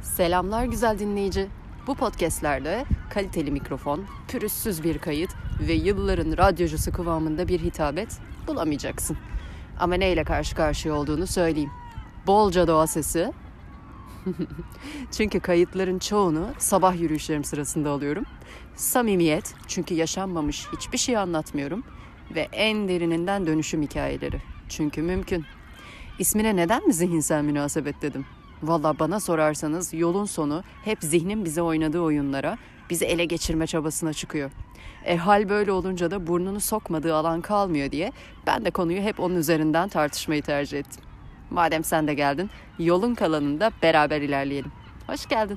Selamlar güzel dinleyici. Bu podcastlerde kaliteli mikrofon, pürüzsüz bir kayıt ve yılların radyocusu kıvamında bir hitabet bulamayacaksın. Ama neyle karşı karşıya olduğunu söyleyeyim. Bolca doğa sesi. Çünkü kayıtların çoğunu sabah yürüyüşlerim sırasında alıyorum. Samimiyet, çünkü yaşanmamış hiçbir şey anlatmıyorum. Ve en derininden dönüşüm hikayeleri. Çünkü mümkün. İsmine neden mi zihinsel münasebet dedim? Valla bana sorarsanız yolun sonu hep zihnin bize oynadığı oyunlara, bizi ele geçirme çabasına çıkıyor. Hal böyle olunca da burnunu sokmadığı alan kalmıyor diye ben de konuyu hep onun üzerinden tartışmayı tercih ettim. Madem sen de geldin, yolun kalanında beraber ilerleyelim. Hoş geldin.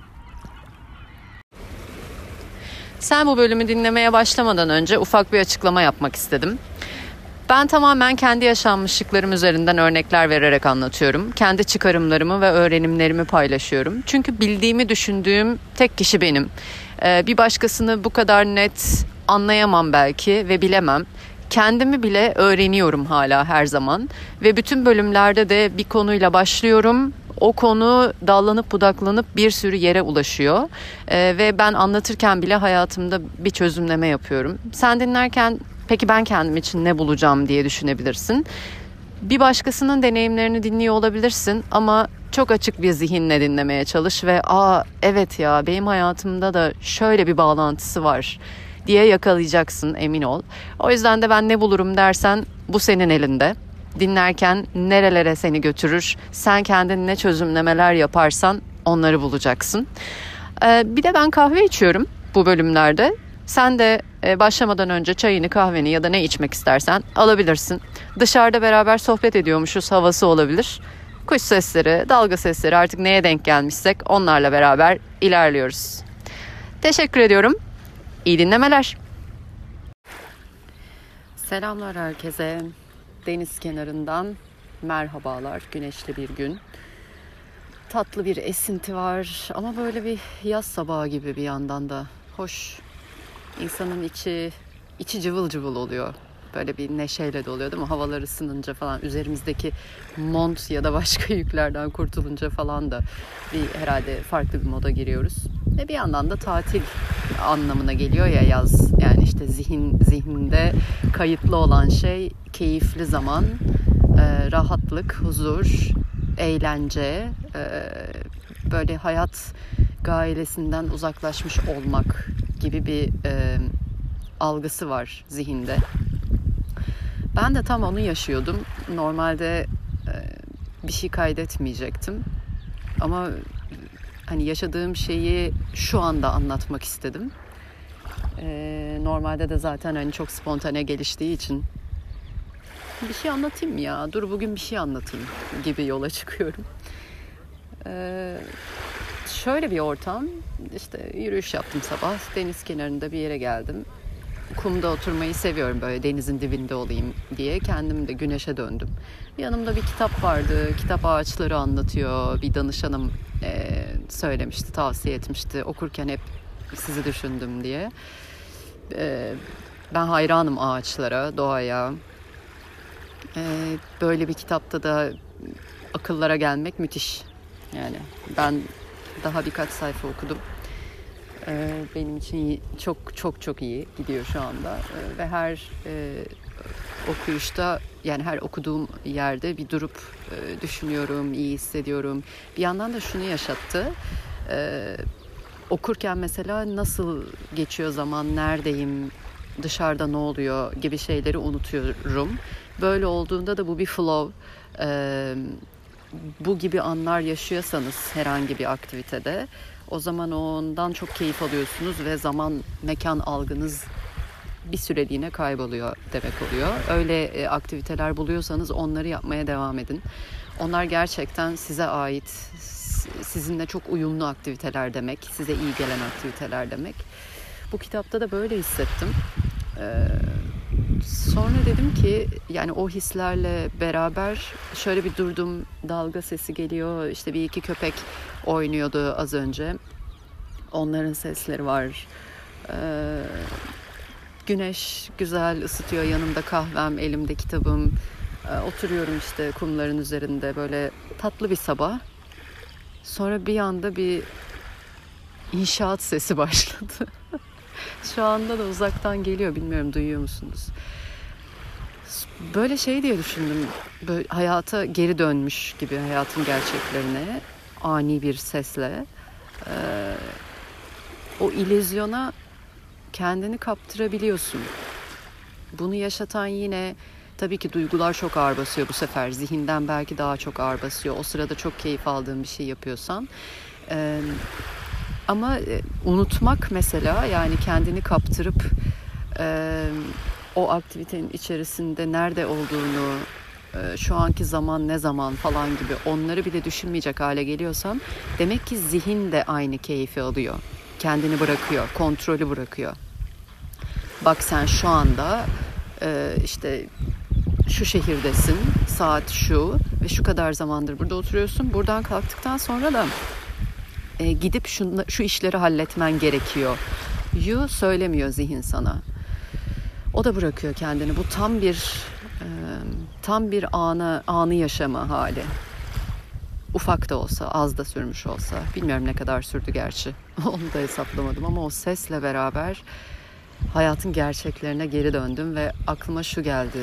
Sen bu bölümü dinlemeye başlamadan önce ufak bir açıklama yapmak istedim. Ben tamamen kendi yaşanmışlıklarım üzerinden örnekler vererek anlatıyorum. Kendi çıkarımlarımı ve öğrenimlerimi paylaşıyorum. Çünkü bildiğimi düşündüğüm tek kişi benim. Bir başkasını bu kadar net anlayamam belki ve bilemem. Kendimi bile öğreniyorum hala her zaman. Ve bütün bölümlerde de bir konuyla başlıyorum. O konu dallanıp budaklanıp bir sürü yere ulaşıyor. Ve ben anlatırken bile hayatımda bir çözümleme yapıyorum. Sen dinlerken peki ben kendim için ne bulacağım diye düşünebilirsin. Bir başkasının deneyimlerini dinliyor olabilirsin ama çok açık bir zihinle dinlemeye çalış ve evet ya benim hayatımda da şöyle bir bağlantısı var diye yakalayacaksın, emin ol. O yüzden de ben ne bulurum dersen bu senin elinde. Dinlerken nerelere seni götürür, sen kendin ne çözümlemeler yaparsan onları bulacaksın. Bir de ben kahve içiyorum bu bölümlerde. Sen de başlamadan önce çayını, kahveni ya da ne içmek istersen alabilirsin. Dışarıda beraber sohbet ediyormuşuz havası olabilir. Kuş sesleri, dalga sesleri, artık neye denk gelmişsek onlarla beraber ilerliyoruz. Teşekkür ediyorum. İyi dinlemeler. Selamlar herkese. Deniz kenarından merhabalar. Güneşli bir gün. Tatlı bir esinti var ama böyle bir yaz sabahı gibi bir yandan da hoş. İnsanın içi cıvıl cıvıl oluyor. Böyle bir neşeyle doluyor değil mi? Havalar ısınınca falan, üzerimizdeki mont ya da başka yüklerden kurtulunca falan da herhalde farklı bir moda giriyoruz. Ve bir yandan da tatil anlamına geliyor ya yaz. Yani işte zihinde kayıtlı olan şey keyifli zaman, rahatlık, huzur, eğlence, böyle hayat gailesinden uzaklaşmış olmak gibi bir algısı var zihinde. Ben de tam onu yaşıyordum. Normalde bir şey kaydetmeyecektim. Ama hani yaşadığım şeyi şu anda anlatmak istedim. Normalde de zaten hani çok spontane geliştiği için bir şey anlatayım ya. Dur bugün bir şey anlatayım gibi yola çıkıyorum. Şöyle bir ortam, işte yürüyüş yaptım sabah, deniz kenarında bir yere geldim. Kumda oturmayı seviyorum, böyle denizin dibinde olayım diye kendim de güneşe döndüm. Yanımda bir kitap vardı, kitap ağaçları anlatıyor, bir danışanım söylemişti, tavsiye etmişti, okurken hep sizi düşündüm diye. Ben hayranım ağaçlara, doğaya. Böyle bir kitapta da akıllara gelmek müthiş. Yani ben daha birkaç sayfa okudum. Benim için çok iyi gidiyor şu anda. Ve her okuyuşta, yani her okuduğum yerde bir durup düşünüyorum, iyi hissediyorum. Bir yandan da şunu yaşattı. Okurken mesela nasıl geçiyor zaman, neredeyim, dışarıda ne oluyor gibi şeyleri unutuyorum. Böyle olduğunda da bu bir flow. Bu gibi anlar yaşıyorsanız herhangi bir aktivitede, o zaman ondan çok keyif alıyorsunuz ve zaman mekan algınız bir süreliğine kayboluyor demek oluyor. Öyle aktiviteler buluyorsanız onları yapmaya devam edin. Onlar gerçekten size ait, sizinle çok uyumlu aktiviteler demek, size iyi gelen aktiviteler demek. Bu kitapta da böyle hissettim. Sonra dedim ki, yani o hislerle beraber şöyle bir durdum, dalga sesi geliyor, işte bir iki köpek oynuyordu az önce, onların sesleri var, güneş güzel ısıtıyor, yanımda kahvem, elimde kitabım, oturuyorum işte kumların üzerinde, böyle tatlı bir sabah. Sonra bir anda bir inşaat sesi başladı. Şu anda da uzaktan geliyor. Bilmiyorum, duyuyor musunuz? Böyle şey diye düşündüm. Böyle hayata geri dönmüş gibi, hayatın gerçeklerine ani bir sesle. O illüzyona kendini kaptırabiliyorsun. Bunu yaşatan yine tabii ki duygular çok ağır basıyor bu sefer. Zihinden belki daha çok ağır basıyor. O sırada çok keyif aldığın bir şey yapıyorsan. Ama unutmak mesela, yani kendini kaptırıp o aktivitenin içerisinde nerede olduğunu, şu anki zaman ne zaman falan gibi onları bile düşünmeyecek hale geliyorsan demek ki zihin de aynı keyfi alıyor. Kendini bırakıyor, kontrolü bırakıyor. Bak sen şu anda işte şu şehirdesin, saat şu ve şu kadar zamandır burada oturuyorsun. Buradan kalktıktan sonra da gidip şu işleri halletmen gerekiyor. Söylemiyor zihin sana. O da bırakıyor kendini. Bu tam bir anı yaşama hali. Ufak da olsa, az da sürmüş olsa. Bilmiyorum ne kadar sürdü gerçi. Onu da hesaplamadım ama o sesle beraber hayatın gerçeklerine geri döndüm ve aklıma şu geldi.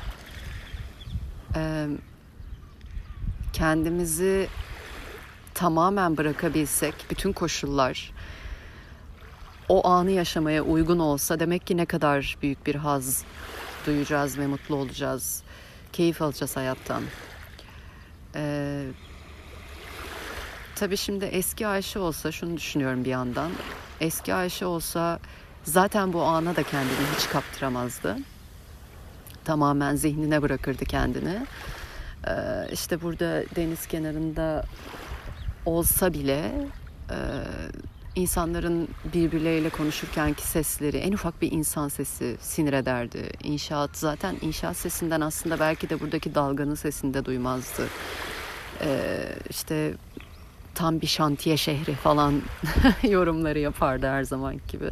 Kendimizi tamamen bırakabilsek, bütün koşullar o anı yaşamaya uygun olsa demek ki ne kadar büyük bir haz duyacağız ve mutlu olacağız. Keyif alacağız hayattan. Tabii şimdi eski Ayşe olsa, şunu düşünüyorum bir yandan. Eski Ayşe olsa zaten bu ana da kendini hiç kaptıramazdı. Tamamen zihnine bırakırdı kendini. İşte burada deniz kenarında olsa bile insanların birbirleriyle konuşurkenki sesleri, en ufak bir insan sesi sinir ederdi. Zaten inşaat sesinden aslında belki de buradaki dalganın sesini de duymazdı. İşte tam bir şantiye şehri falan yorumları yapardı her zaman gibi.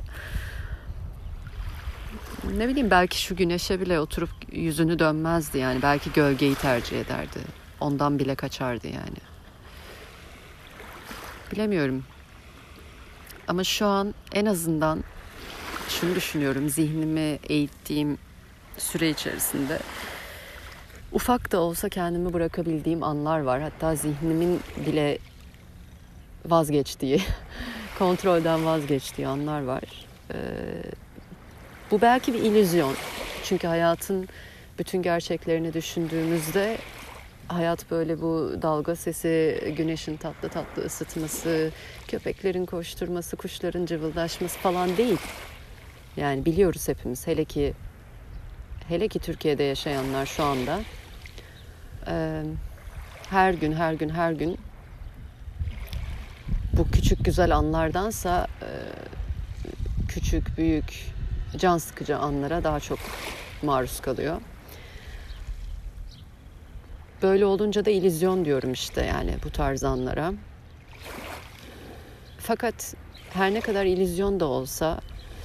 Ne bileyim, belki şu güneşe bile oturup yüzünü dönmezdi yani. Belki gölgeyi tercih ederdi. Ondan bile kaçardı yani. Bilemiyorum. Ama şu an en azından şunu düşünüyorum. Zihnimi eğittiğim süre içerisinde ufak da olsa kendimi bırakabildiğim anlar var. Hatta zihnimin bile vazgeçtiği, kontrolden vazgeçtiği anlar var. Bu belki bir illüzyon. Çünkü hayatın bütün gerçeklerini düşündüğümüzde hayat böyle bu dalga sesi, güneşin tatlı tatlı ısıtması, köpeklerin koşturması, kuşların cıvıldaşması falan değil. Yani biliyoruz hepimiz, hele ki Türkiye'de yaşayanlar şu anda her gün bu küçük güzel anlardansa küçük büyük can sıkıcı anlara daha çok maruz kalıyor. Böyle olunca da illüzyon diyorum işte, yani bu tarz anlara. Fakat her ne kadar illüzyon da olsa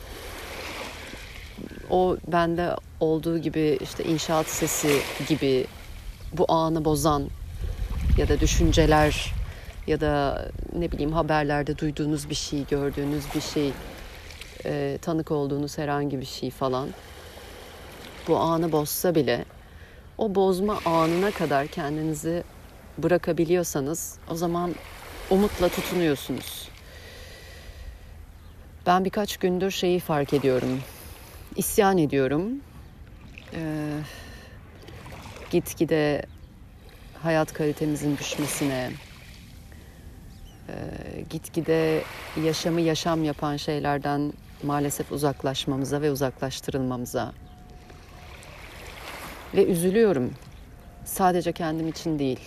o bende olduğu gibi, işte inşaat sesi gibi bu anı bozan ya da düşünceler ya da ne bileyim haberlerde duyduğunuz bir şey, gördüğünüz bir şey, tanık olduğunuz herhangi bir şey falan bu anı bozsa bile o bozma anına kadar kendinizi bırakabiliyorsanız o zaman umutla tutunuyorsunuz. Ben birkaç gündür şeyi fark ediyorum. İsyan ediyorum. Gitgide hayat kalitemizin düşmesine, gitgide yaşamı yaşam yapan şeylerden maalesef uzaklaşmamıza ve uzaklaştırılmamıza. Ve üzülüyorum. Sadece kendim için değil.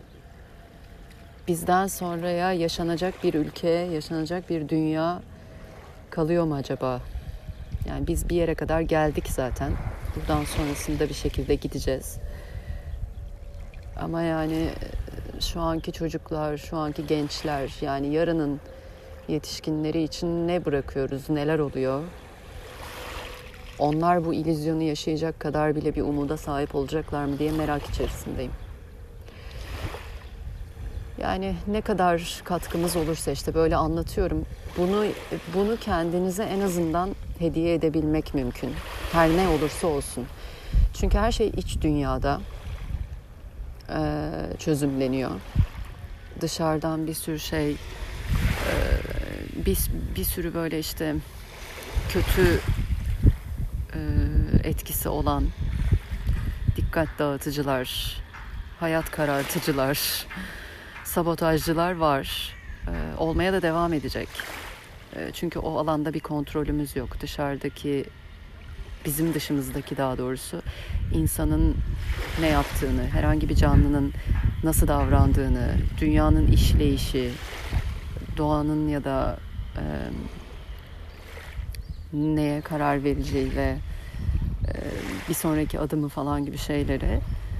Bizden sonraya yaşanacak bir ülke, yaşanacak bir dünya kalıyor mu acaba? Yani biz bir yere kadar geldik zaten. Buradan sonrasında bir şekilde gideceğiz. Ama yani şu anki çocuklar, şu anki gençler, yani yarının yetişkinleri için ne bırakıyoruz, neler oluyor? Onlar bu illüzyonu yaşayacak kadar bile bir umuda sahip olacaklar mı diye merak içerisindeyim. Yani ne kadar katkımız olursa işte böyle anlatıyorum. Bunu kendinize en azından hediye edebilmek mümkün. Her ne olursa olsun. Çünkü her şey iç dünyada çözümleniyor. Dışarıdan bir sürü şey, bir sürü böyle işte kötü etkisi olan dikkat dağıtıcılar, hayat karartıcılar, sabotajcılar var. Olmaya da devam edecek. Çünkü o alanda bir kontrolümüz yok. Dışarıdaki, bizim dışımızdaki daha doğrusu insanın ne yaptığını, herhangi bir canlının nasıl davrandığını, dünyanın işleyişi, doğanın ya da neye karar vereceği ve bir sonraki adımı falan gibi şeyleri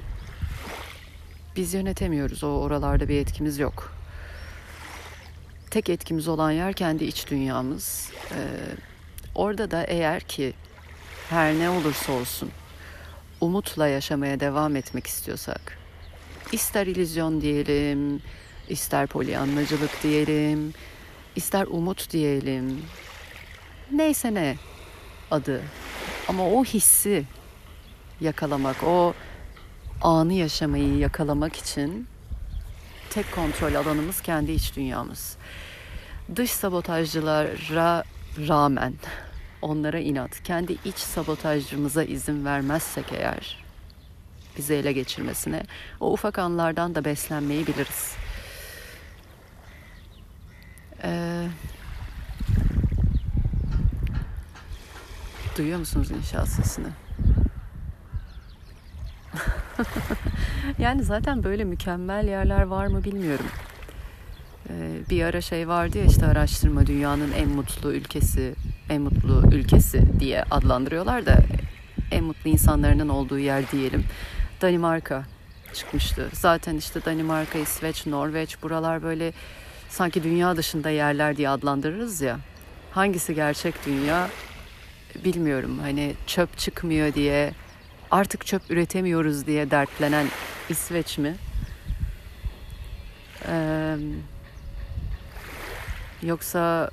biz yönetemiyoruz. Oralarda bir etkimiz yok. Tek etkimiz olan yer kendi iç dünyamız. Orada da eğer ki her ne olursa olsun umutla yaşamaya devam etmek istiyorsak, ister illüzyon diyelim, ister polyanlacılık diyelim, ister umut diyelim, neyse ne adı, ama o hissi yakalamak, o anı yaşamayı yakalamak için tek kontrol alanımız kendi iç dünyamız. Dış sabotajcılara rağmen, onlara inat, kendi iç sabotajcımıza izin vermezsek eğer bizi ele geçirmesine, o ufak anlardan da beslenmeyi biliriz. Duyuyor musunuz inşaat sesini? Yani zaten böyle mükemmel yerler var mı bilmiyorum. Bir ara şey vardı ya, işte araştırma, dünyanın en mutlu ülkesi diye adlandırıyorlar da en mutlu insanların olduğu yer diyelim. Danimarka çıkmıştı. Zaten işte Danimarka, İsveç, Norveç, buralar böyle sanki dünya dışında yerler diye adlandırırız ya. Hangisi gerçek dünya bilmiyorum. Hani çöp çıkmıyor diye, artık çöp üretemiyoruz diye dertlenen İsveç mi? Yoksa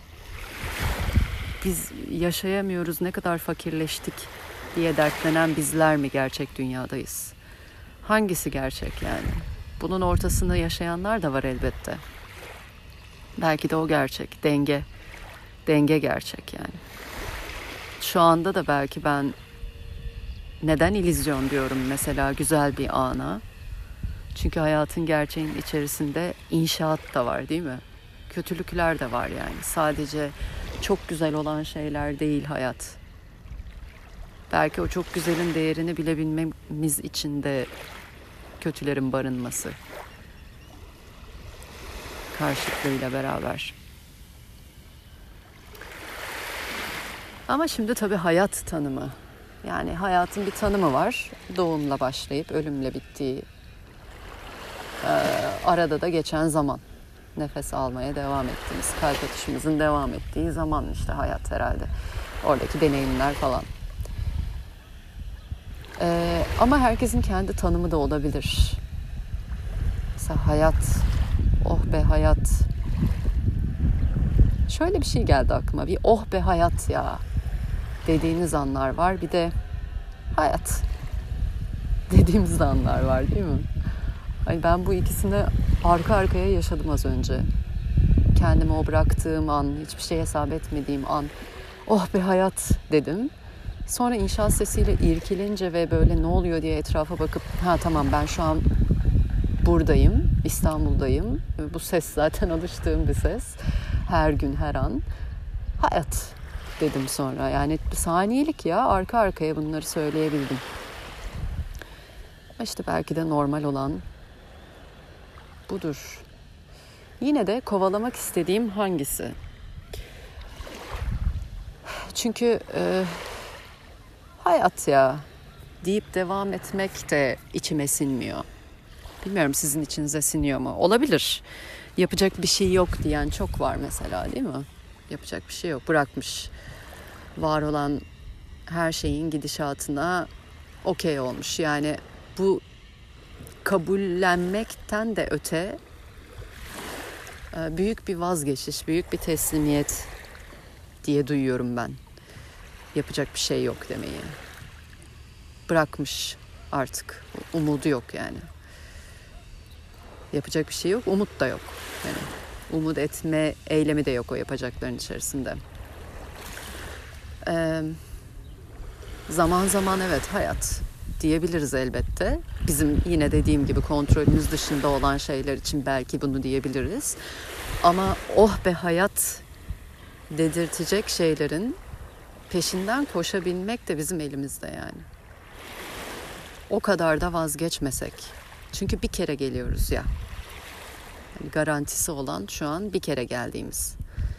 biz yaşayamıyoruz, ne kadar fakirleştik diye dertlenen bizler mi gerçek dünyadayız? Hangisi gerçek yani? Bunun ortasında yaşayanlar da var elbette. Belki de o gerçek. Denge gerçek yani. Şu anda da belki ben neden illüzyon diyorum mesela güzel bir ana? Çünkü hayatın gerçeğin içerisinde inşaat da var, değil mi? Kötülükler de var yani. Sadece çok güzel olan şeyler değil hayat. Belki o çok güzelin değerini bilebilmemiz için de kötülerin barınması karşıtlığıyla beraber. Ama şimdi tabii hayat tanımı. Yani hayatın bir tanımı var. Doğumla başlayıp ölümle bittiği, arada da geçen zaman. Nefes almaya devam ettiğimiz, kalp atışımızın devam ettiği zaman işte hayat herhalde. Oradaki deneyimler falan. Ama herkesin kendi tanımı da olabilir. Mesela hayat, oh be hayat. Şöyle bir şey geldi aklıma. Bir oh be hayat ya dediğiniz anlar var. Bir de hayat dediğimiz anlar var, değil mi? Hani ben bu ikisini arka arkaya yaşadım az önce. Kendimi o bıraktığım an, hiçbir şey hesap etmediğim an, oh be hayat dedim. Sonra inşaat sesiyle irkilince ve böyle ne oluyor diye etrafa bakıp, ha tamam ben şu an buradayım, İstanbul'dayım. Bu ses zaten alıştığım bir ses. Her gün, her an. Hayat dedim sonra. Yani saniyelik ya, arka arkaya bunları söyleyebildim. İşte belki de normal olan budur. Yine de kovalamak istediğim hangisi? Çünkü hayat ya deyip devam etmek de içime sinmiyor. Bilmiyorum sizin içinize siniyor mu? Olabilir. Yapacak bir şey yok diyen çok var mesela, değil mi? Yapacak bir şey yok. Bırakmış. Var olan her şeyin gidişatına okey olmuş. Yani bu kabullenmekten de öte Büyük bir vazgeçiş, büyük bir teslimiyet diye duyuyorum ben. Yapacak bir şey yok demeyi. Bırakmış artık. Umudu yok yani. Yapacak bir şey yok, umut da yok. Yani umut etme eylemi de yok o yapacakların içerisinde. Zaman zaman evet hayat diyebiliriz elbette. Bizim yine dediğim gibi kontrolümüz dışında olan şeyler için belki bunu diyebiliriz. Ama oh be hayat dedirtecek şeylerin peşinden koşabilmek de bizim elimizde yani. O kadar da vazgeçmesek. Çünkü bir kere geliyoruz ya. Yani garantisi olan şu an bir kere geldiğimiz.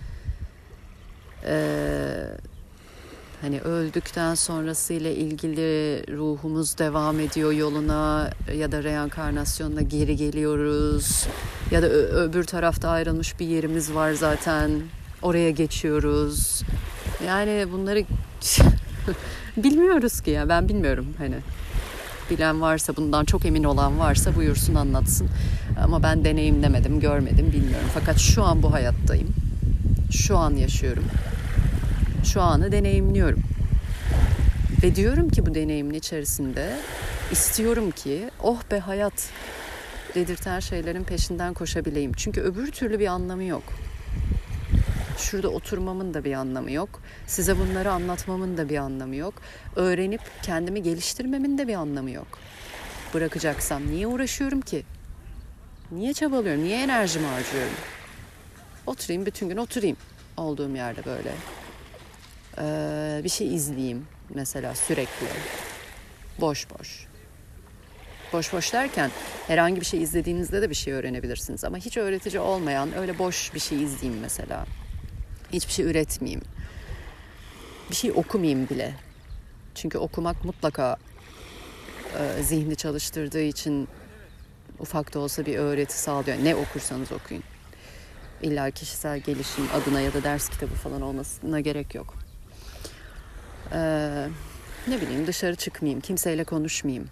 Hani öldükten sonrasıyla ilgili ruhumuz devam ediyor yoluna ya da reenkarnasyonla geri geliyoruz ya da öbür tarafta ayrılmış bir yerimiz var zaten oraya geçiyoruz. Yani bunları bilmiyoruz ki ya, ben bilmiyorum hani. Bilen varsa, bundan çok emin olan varsa buyursun anlatsın. Ama ben deneyimlemedim, görmedim, bilmiyorum. Fakat şu an bu hayattayım. Şu an yaşıyorum. Şu anı deneyimliyorum. Ve diyorum ki bu deneyimin içerisinde istiyorum ki oh be hayat dedirten şeylerin peşinden koşabileyim. Çünkü öbür türlü bir anlamı yok. Şurada oturmamın da bir anlamı yok. Size bunları anlatmamın da bir anlamı yok. Öğrenip kendimi geliştirmemin de bir anlamı yok. Bırakacaksam niye uğraşıyorum ki? Niye çabalıyorum? Niye enerjimi harcıyorum? Oturayım, bütün gün oturayım olduğum yerde böyle. Bir şey izleyeyim mesela sürekli. Boş boş. Boş boş derken herhangi bir şey izlediğinizde de bir şey öğrenebilirsiniz. Ama hiç öğretici olmayan öyle boş bir şey izleyeyim mesela. Hiçbir şey üretmeyeyim. Bir şey okumayayım bile. Çünkü okumak mutlaka zihni çalıştırdığı için ufak da olsa bir öğreti sağlıyor. Ne okursanız okuyun. İlla kişisel gelişim adına ya da ders kitabı falan olmasına gerek yok. Ne bileyim, dışarı çıkmayayım, kimseyle konuşmayayım.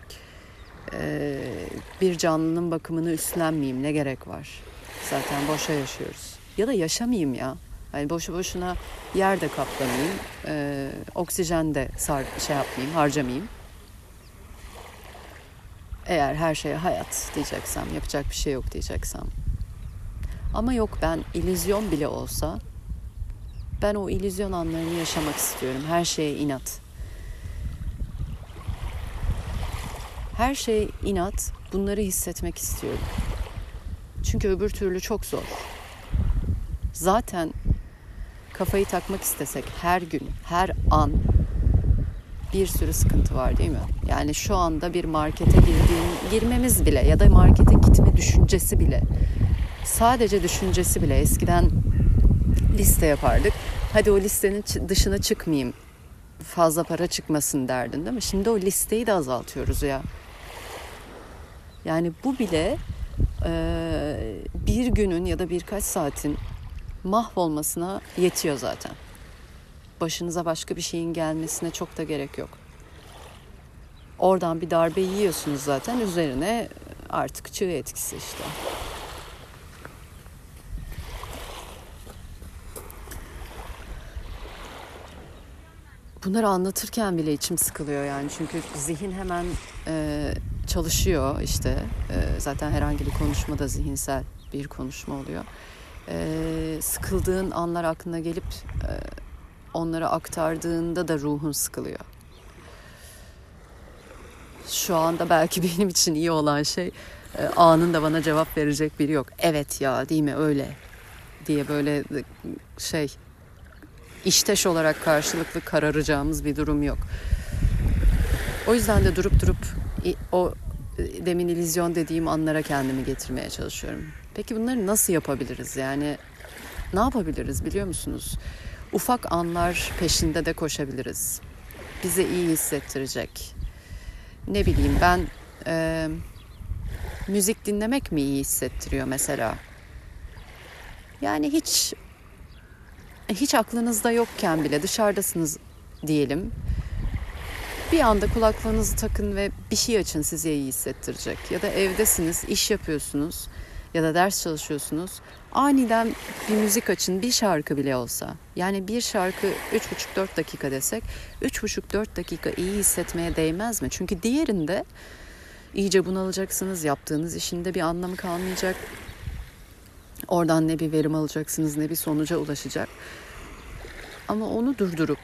Bir canlının bakımını üstlenmeyeyim, ne gerek var? Zaten boşa yaşıyoruz. Ya da yaşamayayım ya. Yani boşu boşuna yer de kaplamayayım, oksijen de yapmayayım, harcamayayım. Eğer her şeye hayat diyeceksem, yapacak bir şey yok diyeceksem. Ama yok, ben illüzyon bile olsa ben o illüzyon anlarını yaşamak istiyorum. Her şeye inat. Her şeye inat, bunları hissetmek istiyorum. Çünkü öbür türlü çok zor. Zaten kafayı takmak istesek her gün, her an bir sürü sıkıntı var değil mi? Yani şu anda bir markete girmemiz bile ya da markete gitme düşüncesi bile, sadece düşüncesi bile, eskiden liste yapardık. Hadi o listenin dışına çıkmayayım, fazla para çıkmasın derdin değil mi? Şimdi o listeyi de azaltıyoruz ya. Yani bu bile bir günün ya da birkaç saatin mahvolmasına yetiyor zaten. Başınıza başka bir şeyin gelmesine çok da gerek yok. Oradan bir darbe yiyorsunuz zaten, üzerine artık çığ etkisi işte. Bunları anlatırken bile içim sıkılıyor yani. Çünkü zihin hemen çalışıyor işte. Zaten herhangi bir konuşma da zihinsel bir konuşma oluyor. Sıkıldığın anlar aklına gelip onları aktardığında da ruhun sıkılıyor. Şu anda belki benim için iyi olan şey anında bana cevap verecek biri yok. Evet ya, değil mi öyle diye böyle İşteş olarak karşılıklı kararacağımız bir durum yok. O yüzden de durup o demin illüzyon dediğim anlara kendimi getirmeye çalışıyorum. Peki bunları nasıl yapabiliriz? Yani ne yapabiliriz biliyor musunuz? Ufak anlar peşinde de koşabiliriz. Bize iyi hissettirecek. Ne bileyim ben, müzik dinlemek mi iyi hissettiriyor mesela? Yani hiç aklınızda yokken bile dışarıdasınız diyelim. Bir anda kulaklığınızı takın ve bir şey açın, size iyi hissettirecek. Ya da evdesiniz, iş yapıyorsunuz. ya da ders çalışıyorsunuz. Aniden bir müzik açın, bir şarkı bile olsa. Yani bir şarkı 3,5-4 dakika desek 3,5-4 dakika iyi hissetmeye değmez mi? Çünkü diğerinde iyice bunalacaksınız, yaptığınız işinde bir anlamı kalmayacak. Oradan ne bir verim alacaksınız ne bir sonuca ulaşacak. Ama onu durdurup,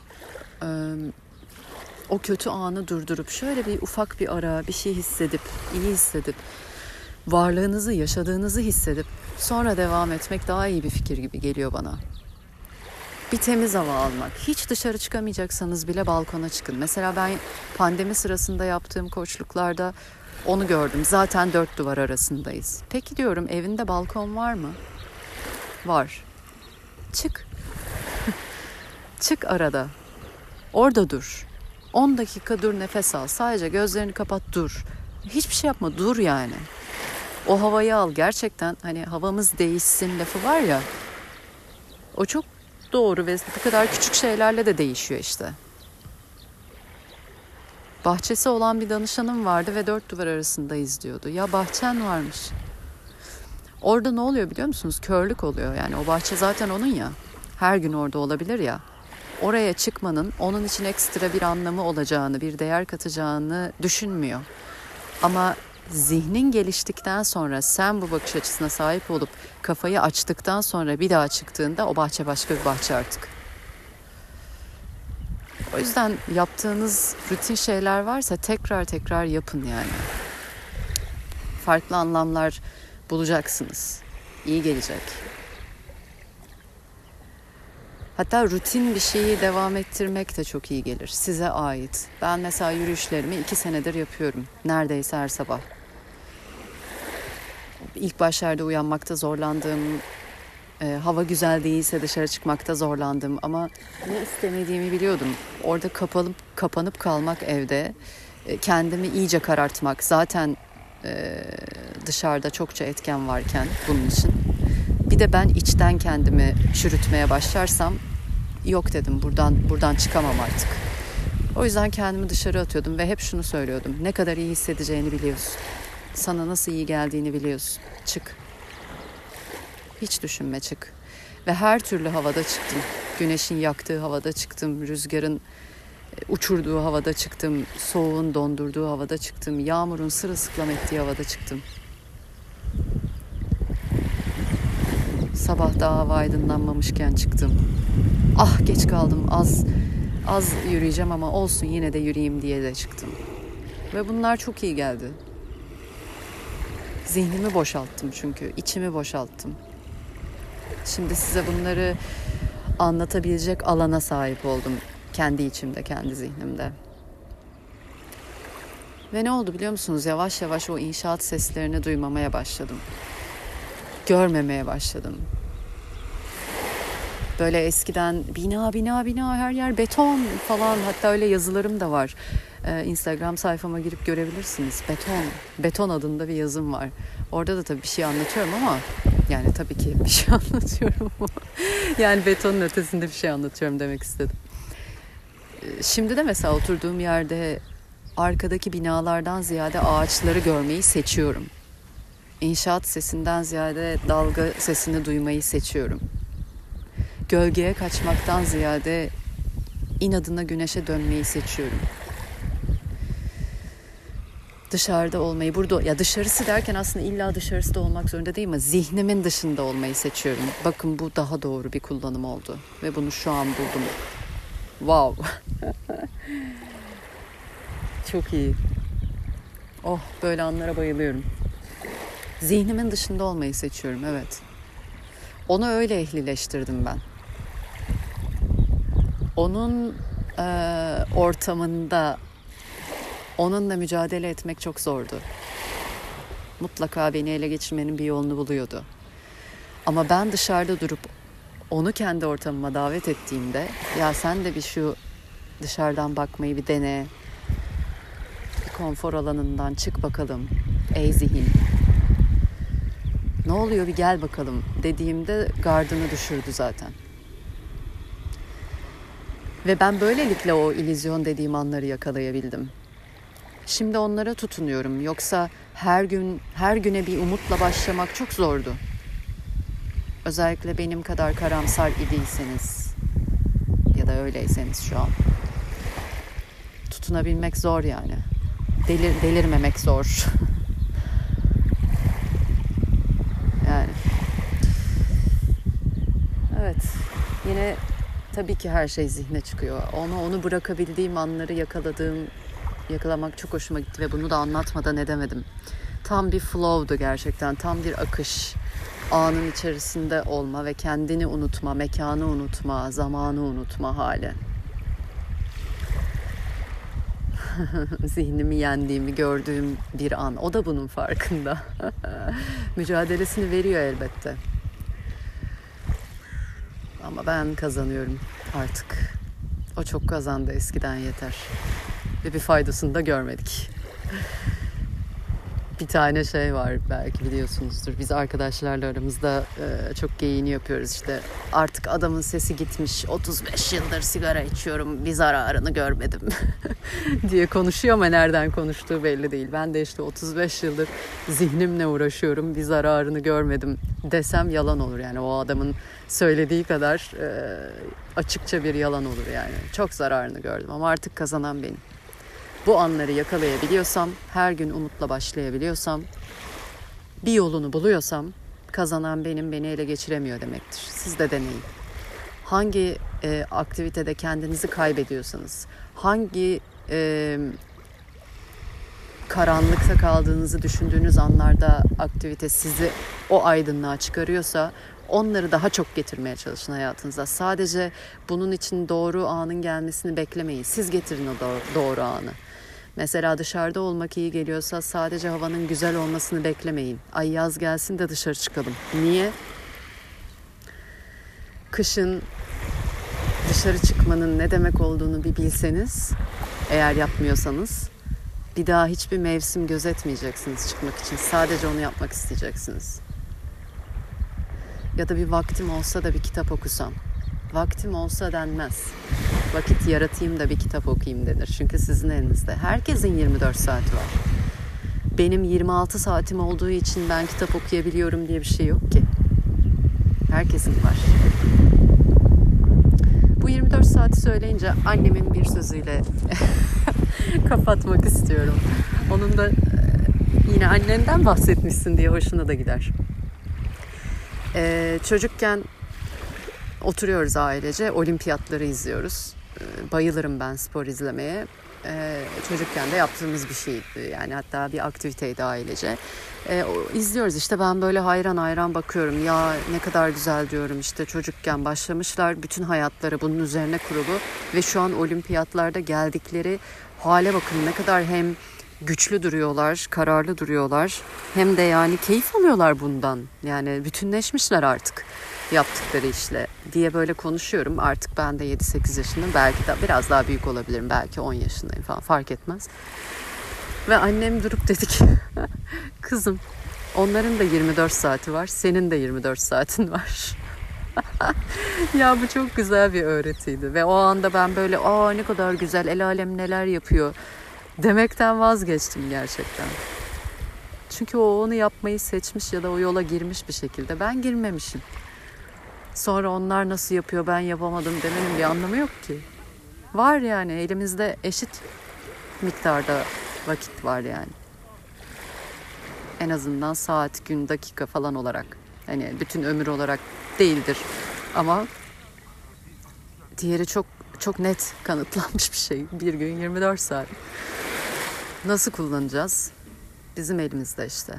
o kötü anı durdurup şöyle bir ufak bir ara bir şey hissedip, iyi hissedip, varlığınızı, yaşadığınızı hissedip sonra devam etmek daha iyi bir fikir gibi geliyor bana. Bir temiz hava almak. Hiç dışarı çıkamayacaksanız bile balkona çıkın. Mesela ben pandemi sırasında yaptığım koçluklarda onu gördüm. Zaten 4 duvar arasındayız. Peki diyorum, evinde balkon var mı? Var. Çık. Çık arada. Orada dur. 10 dakika dur, nefes al. Sadece gözlerini kapat, dur. Hiçbir şey yapma, dur yani. O havayı al. Gerçekten hani havamız değişsin lafı var ya. O çok doğru ve bu kadar küçük şeylerle de değişiyor işte. Bahçesi olan bir danışanım vardı ve 4 duvar arasındayız diyordu. Ya bahçen varmış. Orada ne oluyor biliyor musunuz? Körlük oluyor. Yani o bahçe zaten onun ya. Her gün orada olabilir ya. Oraya çıkmanın onun için ekstra bir anlamı olacağını, bir değer katacağını düşünmüyor. Ama zihnin geliştikten sonra, sen bu bakış açısına sahip olup kafayı açtıktan sonra bir daha çıktığında o bahçe başka bir bahçe artık. O yüzden yaptığınız rutin şeyler varsa tekrar tekrar yapın yani. Farklı anlamlar bulacaksınız. İyi gelecek. Hatta rutin bir şeyi devam ettirmek de çok iyi gelir. Size ait. Ben mesela yürüyüşlerimi 2 senedir yapıyorum. Neredeyse her sabah. İlk başlarda uyanmakta zorlandığım, hava güzel değilse dışarı çıkmakta zorlandım. Ama ne istemediğimi biliyordum. Orada kapanıp kalmak evde, kendimi iyice karartmak. Zaten dışarıda çokça etken varken bunun için. Bir de ben içten kendimi çürütmeye başlarsam yok dedim, buradan çıkamam artık. O yüzden kendimi dışarı atıyordum ve hep şunu söylüyordum. Ne kadar iyi hissedeceğini biliyorsun. Sana nasıl iyi geldiğini biliyorsun. Çık. Hiç düşünme, çık. Ve her türlü havada çıktım. Güneşin yaktığı havada çıktım. Rüzgarın uçurduğu havada çıktım. Soğuğun dondurduğu havada çıktım. Yağmurun sırılsıklam ettiği havada çıktım. Sabah daha hava aydınlanmamışken çıktım. Ah geç kaldım, az yürüyeceğim ama olsun yine de yürüyeyim diye de çıktım. Ve bunlar çok iyi geldi. Zihnimi boşalttım çünkü, içimi boşalttım. Şimdi size bunları anlatabilecek alana sahip oldum. Kendi içimde, kendi zihnimde. Ve ne oldu biliyor musunuz? Yavaş yavaş o inşaat seslerini duymamaya başladım. Görmemeye başladım. Böyle eskiden bina her yer beton falan, hatta öyle yazılarım da var. Instagram sayfama girip görebilirsiniz. Beton adında bir yazım var. Orada da tabii bir şey anlatıyorum ama yani tabii ki bir şey anlatıyorum ama yani betonun ötesinde bir şey anlatıyorum demek istedim. Şimdi de mesela oturduğum yerde arkadaki binalardan ziyade ağaçları görmeyi seçiyorum. İnşaat sesinden ziyade dalga sesini duymayı seçiyorum. Gölgeye kaçmaktan ziyade inadına güneşe dönmeyi seçiyorum. Dışarıda olmayı, burada ya dışarısı derken aslında illa dışarısı da olmak zorunda değil ama zihnimin dışında olmayı seçiyorum. Bakın bu daha doğru bir kullanım oldu ve bunu şu an buldum. Wow. Çok iyi. Oh, böyle anlara bayılıyorum. Zihnimin dışında olmayı seçiyorum, evet. Onu öyle ehlileştirdim ben. Onun ortamında onunla mücadele etmek çok zordu. Mutlaka beni ele geçirmenin bir yolunu buluyordu. Ama ben dışarıda durup onu kendi ortamıma davet ettiğimde, ya sen de bir şu dışarıdan bakmayı bir dene. Bir konfor alanından çık bakalım ey zihin. Ne oluyor bir gel bakalım dediğimde gardını düşürdü zaten. Ve ben böylelikle o illüzyon dediğim anları yakalayabildim. Şimdi onlara tutunuyorum. Yoksa her güne bir umutla başlamak çok zordu. Özellikle benim kadar karamsar idiyseniz ya da öyleyseniz şu an. Tutunabilmek zor yani. Delirmemek zor. Yani. Evet. Yine tabii ki her şey zihne çıkıyor. Onu bırakabildiğim anları yakalamak çok hoşuma gitti ve bunu da anlatmadan edemedim. Tam bir flow'du gerçekten. Tam bir akış. Anın içerisinde olma ve kendini unutma, mekanı unutma, zamanı unutma hali. Zihnimi yendiğimi gördüğüm bir an. O da bunun farkında. Mücadelesini veriyor elbette. Ama ben kazanıyorum artık. O çok kazandı eskiden, yeter. Ve bir faydasını da görmedik. Bir tane şey var, belki biliyorsunuzdur. Biz arkadaşlarla aramızda çok geyiğini yapıyoruz işte. Artık adamın sesi gitmiş. 35 yıldır sigara içiyorum. Bir zararını görmedim. diye konuşuyor ama nereden konuştuğu belli değil. Ben de işte 35 yıldır zihnimle uğraşıyorum. Bir zararını görmedim desem yalan olur yani. O adamın söylediği kadar açıkça bir yalan olur yani. Çok zararını gördüm ama artık kazanan benim. Bu anları yakalayabiliyorsam, her gün umutla başlayabiliyorsam, bir yolunu buluyorsam kazanan benim, beni ele geçiremiyor demektir. Siz de deneyin. Hangi aktivitede kendinizi kaybediyorsanız, hangi karanlıkta kaldığınızı düşündüğünüz anlarda aktivite sizi o aydınlığa çıkarıyorsa onları daha çok getirmeye çalışın hayatınıza. Sadece bunun için doğru anın gelmesini beklemeyin. Siz getirin o doğru anı. Mesela dışarıda olmak iyi geliyorsa sadece havanın güzel olmasını beklemeyin. Ay yaz gelsin de dışarı çıkalım. Niye? Kışın dışarı çıkmanın ne demek olduğunu bir bilseniz, eğer yapmıyorsanız, bir daha hiçbir mevsim gözetmeyeceksiniz çıkmak için. Sadece onu yapmak isteyeceksiniz. Ya da bir vaktim olsa da bir kitap okusam. Vaktim olsa denmez. Vakit yaratayım da bir kitap okuyayım denir. Çünkü sizin elinizde. Herkesin 24 saati var. Benim 26 saatim olduğu için ben kitap okuyabiliyorum diye bir şey yok ki. Herkesin var. Bu 24 saati söyleyince annemin bir sözüyle kapatmak istiyorum. Onun da yine annenden bahsetmişsin diye hoşuna da gider. Çocukken oturuyoruz ailece, olimpiyatları izliyoruz. Bayılırım ben spor izlemeye. Çocukken de yaptığımız bir şeydi. Yani hatta bir aktiviteydi ailece. İzliyoruz işte, ben böyle hayran bakıyorum. Ya ne kadar güzel diyorum, işte çocukken başlamışlar. Bütün hayatları bunun üzerine kurulu. Ve şu an olimpiyatlarda geldikleri hale bakın, ne kadar hem güçlü duruyorlar, kararlı duruyorlar. Hem de yani keyif alıyorlar bundan. Yani bütünleşmişler artık yaptıkları işle diye böyle konuşuyorum. Artık ben de 7-8 yaşındayım. Belki de biraz daha büyük olabilirim. Belki 10 yaşındayım falan, fark etmez. Ve annem durup dedi ki kızım, onların da 24 saati var. Senin de 24 saatin var. Ya bu çok güzel bir öğretiydi. Ve o anda ben böyle ne kadar güzel, el alem neler yapıyor demekten vazgeçtim gerçekten. Çünkü o onu yapmayı seçmiş ya da o yola girmiş bir şekilde. Ben girmemişim. Sonra onlar nasıl yapıyor, ben yapamadım demenin bir anlamı yok ki. Var yani, elimizde eşit miktarda vakit var yani. En azından saat, gün, dakika falan olarak. Hani bütün ömür olarak değildir. Ama diğeri çok çok net kanıtlanmış bir şey. Bir gün 24 saat. Nasıl kullanacağız? Bizim elimizde işte.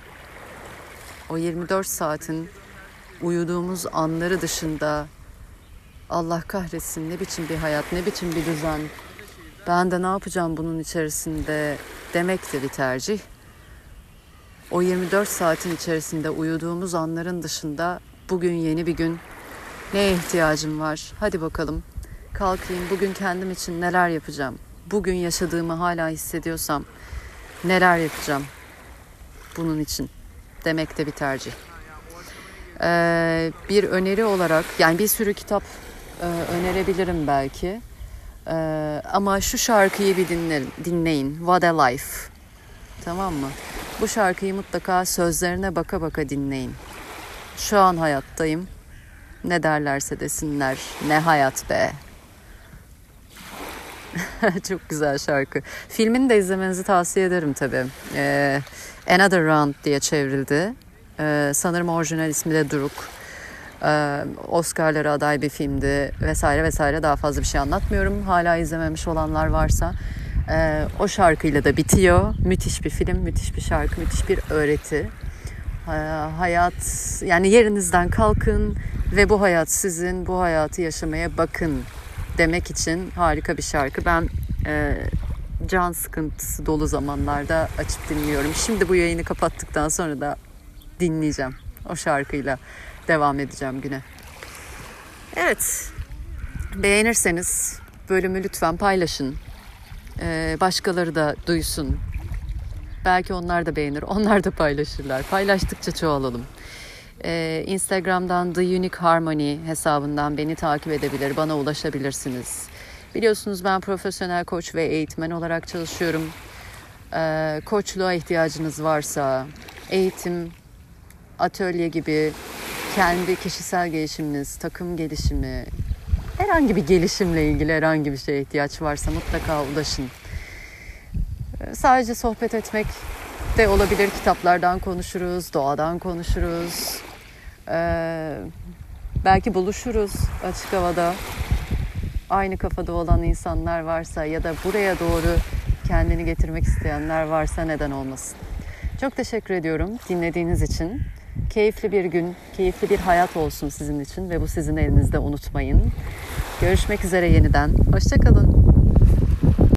O 24 saatin uyuduğumuz anları dışında Allah kahretsin, ne biçim bir hayat, ne biçim bir düzen, ben de ne yapacağım bunun içerisinde demek de bir tercih. O 24 saatin içerisinde uyuduğumuz anların dışında bugün yeni bir gün, neye ihtiyacım var? Hadi bakalım kalkayım, bugün kendim için neler yapacağım? Bugün yaşadığımı hala hissediyorsam neler yapacağım bunun için demek de bir tercih. Bir öneri olarak, yani bir sürü kitap önerebilirim belki. Ama şu şarkıyı bir dinleyin. What a Life. Tamam mı? Bu şarkıyı mutlaka sözlerine baka baka dinleyin. Şu an hayattayım. Ne derlerse desinler. Ne hayat be. Çok güzel şarkı. Filmini de izlemenizi tavsiye ederim tabii. Another Round diye çevrildi. Sanırım orijinal ismi de Duruk. Oscar'lara aday bir filmdi vesaire vesaire, daha fazla bir şey anlatmıyorum. Hala izlememiş olanlar varsa o şarkıyla da bitiyor. Müthiş bir film, müthiş bir şarkı, müthiş bir öğreti. Hayat, yani yerinizden kalkın ve bu hayat sizin, bu hayatı yaşamaya bakın demek için harika bir şarkı. Ben can sıkıntısı dolu zamanlarda açıp dinliyorum. Şimdi bu yayını kapattıktan sonra da dinleyeceğim. O şarkıyla devam edeceğim güne. Evet, beğenirseniz bölümü lütfen paylaşın. Başkaları da duysun. Belki onlar da beğenir, onlar da paylaşırlar. Paylaştıkça çoğalalım. Instagram'dan The Unique Harmony hesabından beni takip edebilir, bana ulaşabilirsiniz. Biliyorsunuz ben profesyonel koç ve eğitmen olarak çalışıyorum. Koçluğa ihtiyacınız varsa, eğitim, atölye gibi kendi kişisel gelişiminiz, takım gelişimi, herhangi bir gelişimle ilgili herhangi bir şeye ihtiyaç varsa mutlaka ulaşın. Sadece sohbet etmek de olabilir. Kitaplardan konuşuruz, doğadan konuşuruz. Belki buluşuruz açık havada. Aynı kafada olan insanlar varsa ya da buraya doğru kendini getirmek isteyenler varsa neden olmasın. Çok teşekkür ediyorum dinlediğiniz için. Keyifli bir gün, keyifli bir hayat olsun sizin için ve bu sizin elinizde, unutmayın. Görüşmek üzere yeniden. Hoşça kalın.